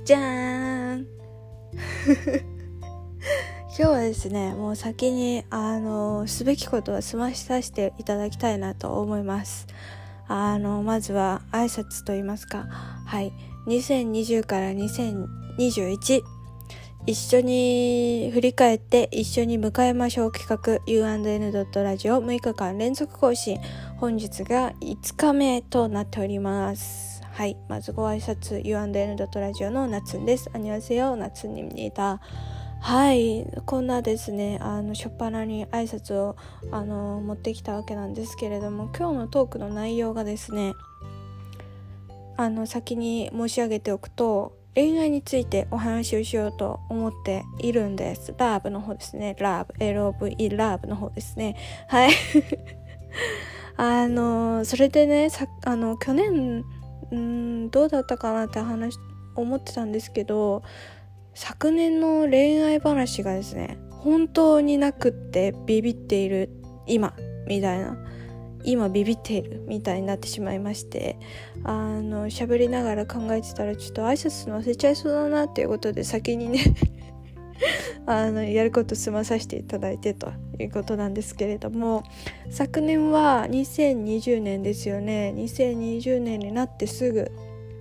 じゃーん今日はですね、もう先にすべきことは済まさせていただきたいなと思います。まずは挨拶と言いますか、はい、2020から2021、一緒に振り返って一緒に迎えましょう企画 U&N. ラジオ6日間連続更新、本日が5日目となっております。はい、まずご挨拶 U&N. ラジオのなつんです。안녕하세요、なつん입니다。はい、こんなですね、初っ端に挨拶を持ってきたわけなんですけれども、今日のトークの内容がですね、先に申し上げておくと、恋愛についてお話をしようと思っているんです。ラブの方ですね。LOVE ラブの方ですね。はい。それでね、去年どうだったかなって思ってたんですけど、昨年の恋愛話がですね、本当になくってビビっている今ビビっているみたいになってしまいまして、喋りながら考えてたらちょっと挨拶するの忘れちゃいそうだなっていうことで、先にねやること済まさせていただいてということなんですけれども、昨年は2020年ですよね。2020年になってすぐ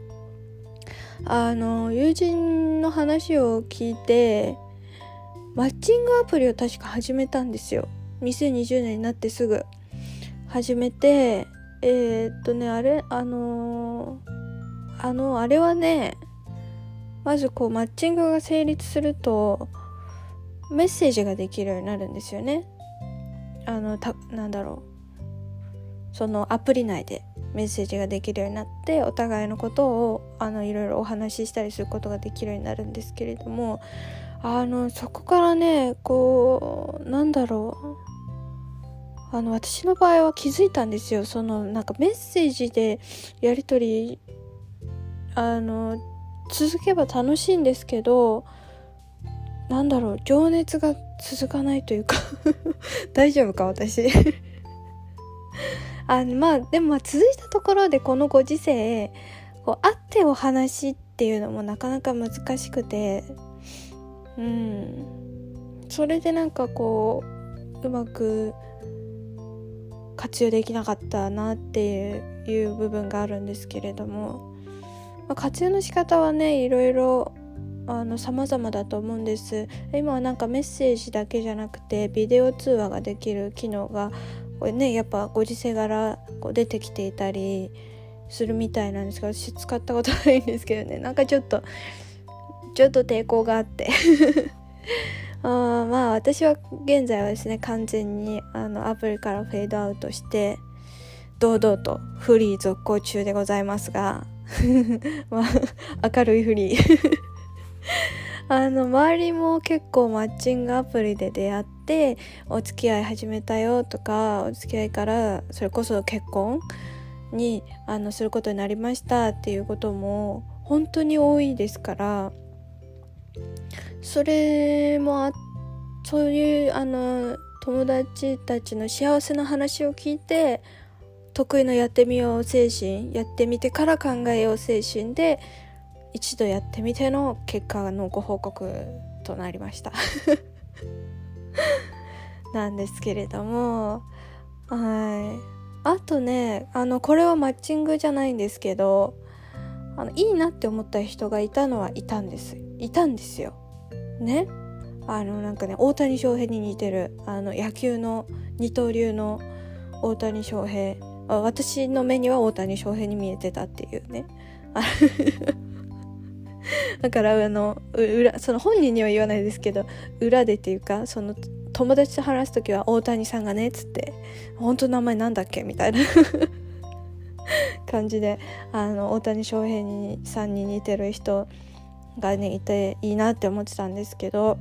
友人の話を聞いてマッチングアプリを確か始めたんですよ。2020年になってすぐ始めて、あれはね、まずこうマッチングが成立するとメッセージができるようになるんですよね。そのアプリ内でメッセージができるようになって、お互いのことをいろいろお話ししたりすることができるようになるんですけれども、そこからね、こう私の場合は気づいたんですよ。そのメッセージでやり取り続けば楽しいんですけど、情熱が続かないというか大丈夫か私でも続いたところで、このご時世こう会ってお話っていうのもなかなか難しくて、それでこううまく活用できなかったなっていう部分があるんですけれども、活用の仕方はね、いろいろ様々だと思うんです。今はメッセージだけじゃなくてビデオ通話ができる機能がこれね、やっぱご時世柄出てきていたりするみたいなんですが、私使ったことないんですけどね、ちょっと抵抗があって私は現在はですね、完全にアプリからフェードアウトして堂々とフリー続行中でございますが明るいフリー周りも結構マッチングアプリで出会ってお付き合い始めたよとか、お付き合いからそれこそ結婚にすることになりましたっていうことも本当に多いですから、そういう友達たちの幸せな話を聞いて、得意のやってみよう精神、やってみてから考えよう精神で一度やってみての結果のご報告となりましたなんですけれども、あとね、これはマッチングじゃないんですけど、いいなって思った人がいたんですよね。大谷翔平に似てる野球の二刀流の大谷翔平、私の目には大谷翔平に見えてたっていうねだからその本人には言わないですけど、裏でっていうか、その友達と話すときは大谷さんがねっつって、本当名前なんだっけみたいな感じで大谷翔平さんに似てる人がねいていいなって思ってたんですけど、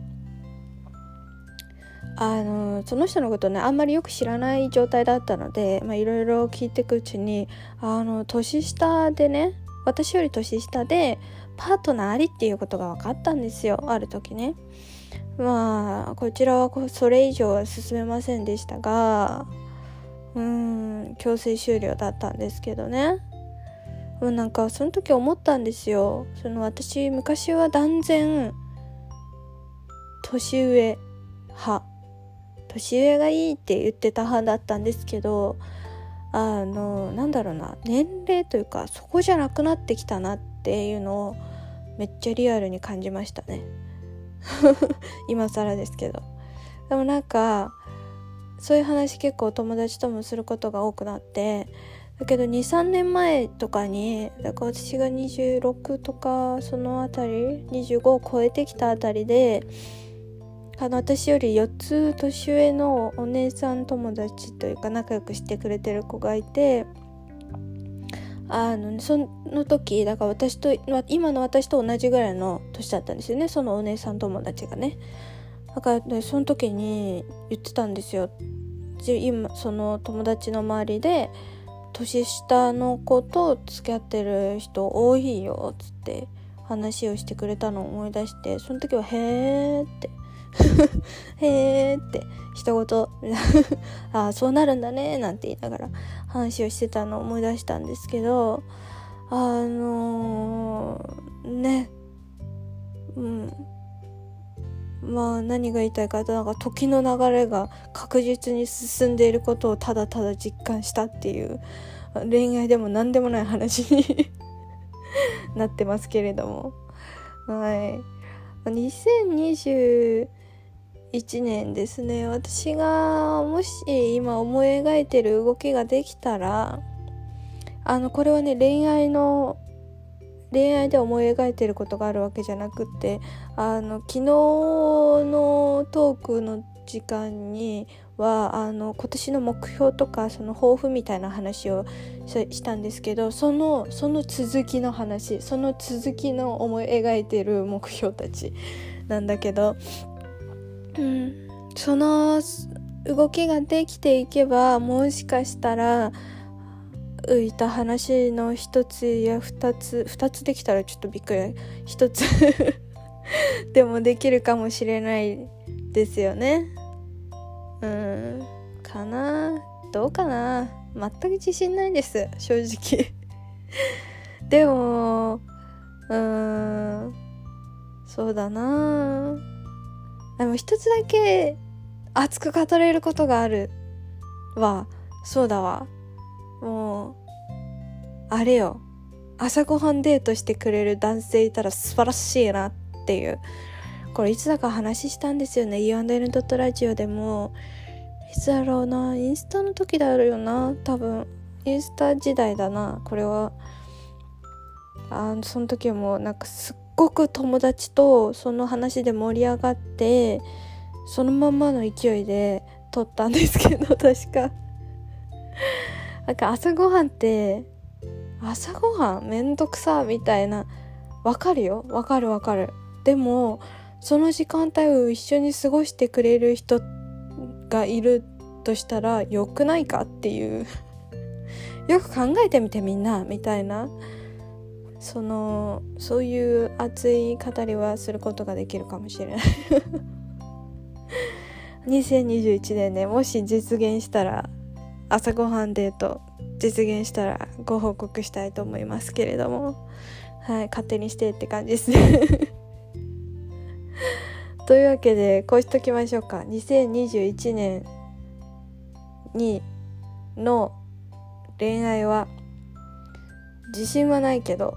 その人のことねあんまりよく知らない状態だったので、いろいろ聞いていくうちに年下でね、私より年下でパートナーありっていうことが分かったんですよ、ある時ね。こちらはそれ以上は進めませんでしたが、強制終了だったんですけどね。 もうなんかその時思ったんですよ。私昔は断然年上がいいって言ってた派だったんですけど、なんだろうな、年齢というかそこじゃなくなってきたなっていうのをめっちゃリアルに感じましたね今更ですけど。でもなんかそういう話結構友達ともすることが多くなって、だけど 2,3 年前とかに、だから私が26とかそのあたり25を超えてきたあたりで、私より4つ年上のお姉さん友達というか仲良くしてくれてる子がいて、その時だから今の私と同じぐらいの年だったんですよね、そのお姉さん友達がね。だから、その時に言ってたんですよ。今その友達の周りで年下の子と付き合ってる人多いよっつって話をしてくれたのを思い出して、その時はへーってへーって一言あ、そうなるんだねなんて言いながら話をしてたのを思い出したんですけど、ね、まあ何が言いたいかと、なんか時の流れが確実に進んでいることをただただ実感したっていう、恋愛でも何でもない話になってますけれども、はい、2021年ですね。私がもし今思い描いてる動きができたら、これはね、恋愛で思い描いてることがあるわけじゃなくって、昨日のトークの時間には今年の目標とかその抱負みたいな話をしたんですけど、その続きの話、その続きの思い描いてる目標たちなんだけど、その動きができていけば、もしかしたら浮いた話の一つや二つできたらちょっとびっくり、一つでもできるかもしれないですよね。かな、どうかな、全く自信ないです正直でもそうだな。でも一つだけ熱く語れることがあるわ。そうだわ、もうあれよ、朝ごはんデートしてくれる男性いたら素晴らしいなっていう、これいつだか話したんですよね、 U&N ドットラジオでも。いつだろうな、インスタの時だろうな、多分インスタ時代だなこれは。その時もなんかすっごく友達とその話で盛り上がって、そのまんまの勢いで撮ったんですけど、確かなんか朝ごはんめんどくさみたいな、わかるよ、わかる。でもその時間帯を一緒に過ごしてくれる人がいるとしたらよくないかっていうよく考えてみてみんなみたいな、そういう熱い語りはすることができるかもしれない2021年ね、もし実現したら、朝ごはんデート実現したらご報告したいと思いますけれども、はい、勝手にしてって感じですねというわけでこうしときましょうか。2021年の恋愛は自信はないけど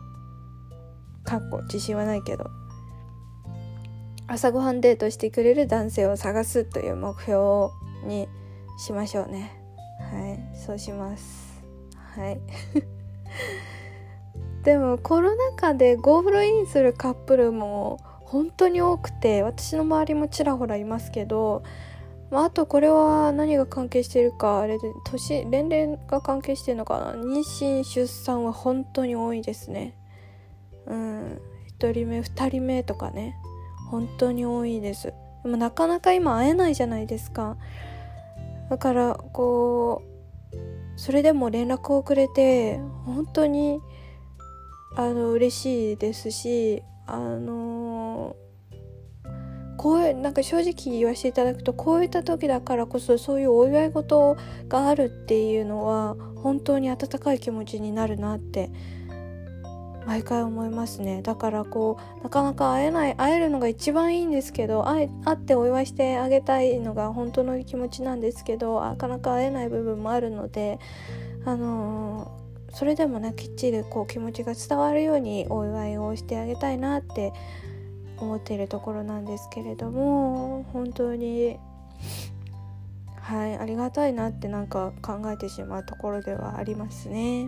朝ごはんデートしてくれる男性を探すという目標にしましょうね。はい、そうします。はいでもコロナ禍でゴールインするカップルも本当に多くて、私の周りもちらほらいますけど、あとこれは何が関係しているか、あれで年齢が関係しているのかな、妊娠出産は本当に多いですね。1人目2人目とかね、本当に多いです。でもなかなか今会えないじゃないですか。だからそれでも連絡をくれて本当に嬉しいですし、なんか正直言わせていただくと、こういった時だからこそそういうお祝い事があるっていうのは本当に温かい気持ちになるなって毎回思いますね。だからなかなか会えるのが一番いいんですけど、会ってお祝いしてあげたいのが本当の気持ちなんですけど、なかなか会えない部分もあるので、それでもね、きっちり気持ちが伝わるようにお祝いをしてあげたいなって思っているところなんですけれども、本当にありがたいなってなんか考えてしまうところではありますね。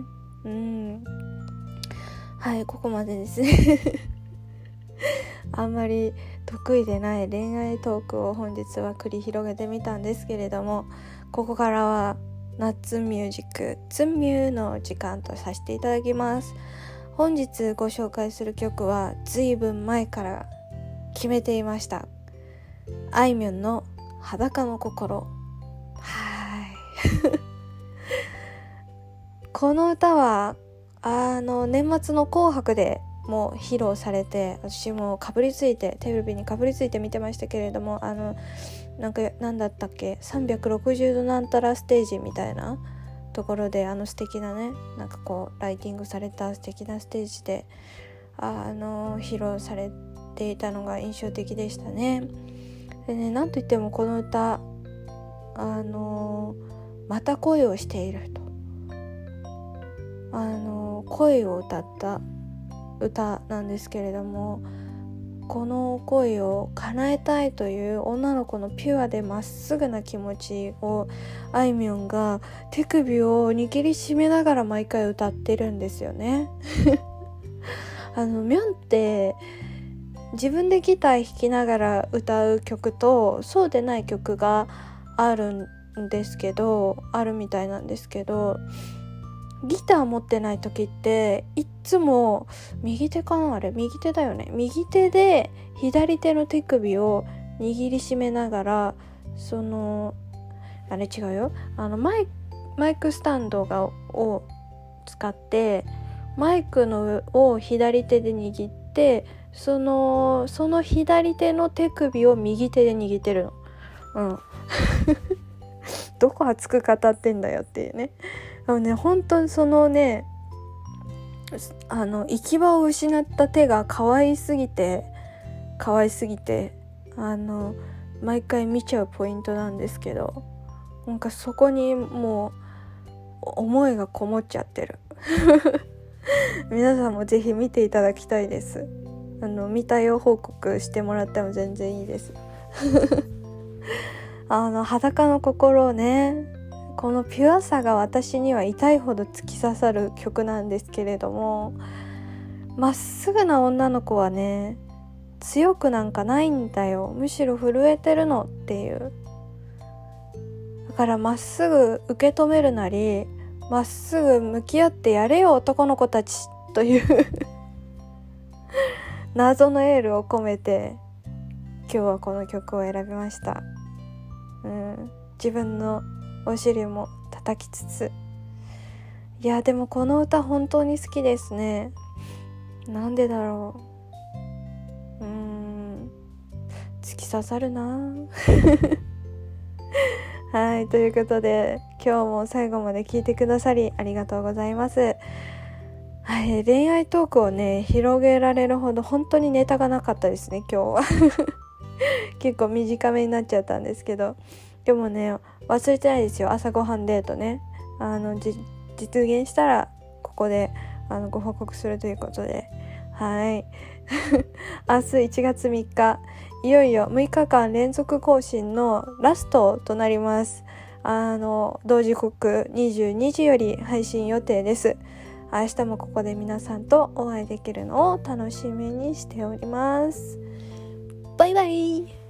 ここまでですねあんまり得意でない恋愛トークを本日は繰り広げてみたんですけれども、ここからは夏ミュージックツンミューの時間とさせていただきます。本日ご紹介する曲はずいぶん前から決めていました。あいみょんの裸の心。この歌は年末の紅白でも披露されて、私もテレビにかぶりついて見てましたけれども、なんだったっけ、360度なんたらステージみたいなところで素敵なね、ライティングされた素敵なステージで披露されていたのが印象的でしたね。でね、なんといってもこの歌また恋をしていると、恋を歌った歌なんですけれども、この恋を叶えたいという女の子のピュアでまっすぐな気持ちをあいみょんが手首を握りしめながら毎回歌ってるんですよねみょんって自分でギター弾きながら歌う曲とそうでない曲があるみたいなんですけど、ギター持ってない時っていっつも右手かな、右手だよね、右手で左手の手首を握りしめながら、あれ違うよ、マイクスタンドを使ってマイクを左手で握って、その左手の手首を右手で握ってるの。どこ熱く語ってんだよっていうね。本当に行き場を失った手が可愛すぎて毎回見ちゃうポイントなんですけど、そこにもう思いがこもっちゃってる皆さんもぜひ見ていただきたいです。見たよ報告してもらっても全然いいです裸の心をね、このピュアさが私には痛いほど突き刺さる曲なんですけれども、まっすぐな女の子はね、強くなんかないんだよ、むしろ震えてるのっていう。だからまっすぐ受け止めるなり、まっすぐ向き合ってやれよ男の子たちという謎のエールを込めて今日はこの曲を選びました。自分のお尻も叩きつつ、いやでもこの歌本当に好きですね。なんでだろう、突き刺さるなはい、ということで今日も最後まで聞いてくださりありがとうございます。恋愛トークをね広げられるほど本当にネタがなかったですね今日は結構短めになっちゃったんですけど、でもね忘れてないですよ、朝ごはんデートね、実現したらここでご報告するということで、明日1月3日いよいよ6日間連続更新のラストとなります。同時刻22時より配信予定です。明日もここで皆さんとお会いできるのを楽しみにしております。バイバイ。